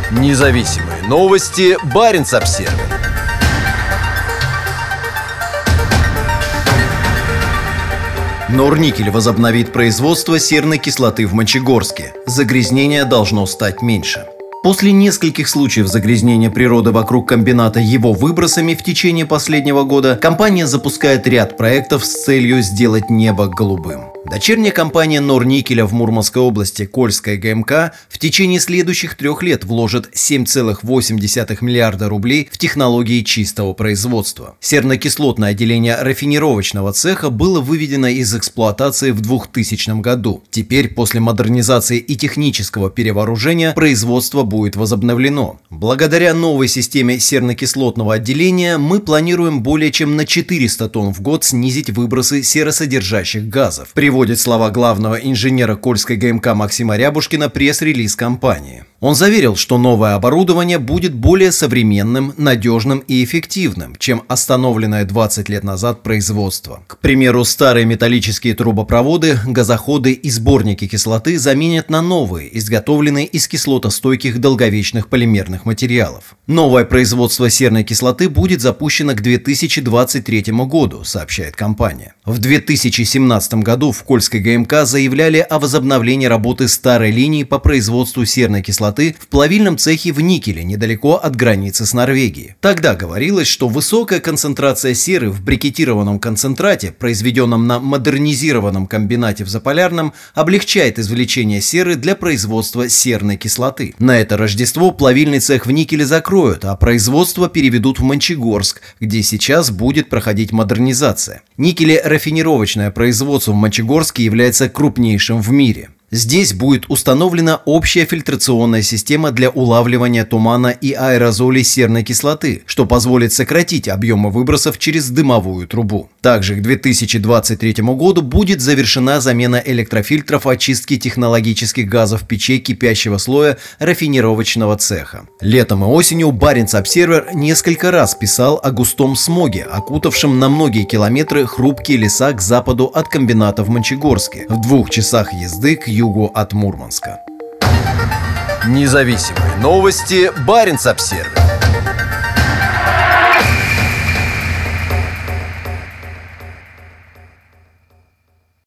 Независимые новости. Баренц-Обсервис. Норникель возобновит производство серной кислоты в Мончегорске. Загрязнение должно стать меньше. После нескольких случаев загрязнения природы вокруг комбината его выбросами в течение последнего года, компания запускает ряд проектов с целью сделать небо голубым. Дочерняя компания Норникеля в Мурманской области Кольская ГМК в течение следующих 3 лет вложит 7,8 миллиарда рублей в технологии чистого производства. Серно-кислотное отделение рафинировочного цеха было выведено из эксплуатации в 2000 году. Теперь, после модернизации и технического перевооружения, производство будет возобновлено. Благодаря новой системе серно-кислотного отделения мы планируем более чем на 400 тонн в год снизить выбросы серосодержащих газов. Приводит слова главного инженера Кольской ГМК Максима Рябушкина пресс-релиз компании. Он заверил, что новое оборудование будет более современным, надежным и эффективным, чем остановленное 20 лет назад производство. К примеру, старые металлические трубопроводы, газоходы и сборники кислоты заменят на новые, изготовленные из кислотостойких долговечных полимерных материалов. Новое производство серной кислоты будет запущено к 2023 году, сообщает компания. В 2017 году в Кольской ГМК заявляли о возобновлении работы старой линии по производству серной кислоты в плавильном цехе в Никеле, недалеко от границы с Норвегией. Тогда говорилось, что высокая концентрация серы в брикетированном концентрате, произведенном на модернизированном комбинате в Заполярном, облегчает извлечение серы для производства серной кислоты. На это Рождество плавильный цех в Никеле закроют, а производство переведут в Мончегорск, где сейчас будет проходить модернизация. Никелерафинировочное производство в Мончегорске является крупнейшим в мире. Здесь будет установлена общая фильтрационная система для улавливания тумана и аэрозолей серной кислоты, что позволит сократить объемы выбросов через дымовую трубу. Также к 2023 году будет завершена замена электрофильтров очистки технологических газов печей кипящего слоя рафинировочного цеха. Летом и осенью Баренц-Обсервис несколько раз писал о густом смоге, окутавшем на многие километры хрупкие леса к западу от комбината в Мончегорске, в 2 часах езды к югу от Мурманска. Независимые новости. Баренц-Обсервис.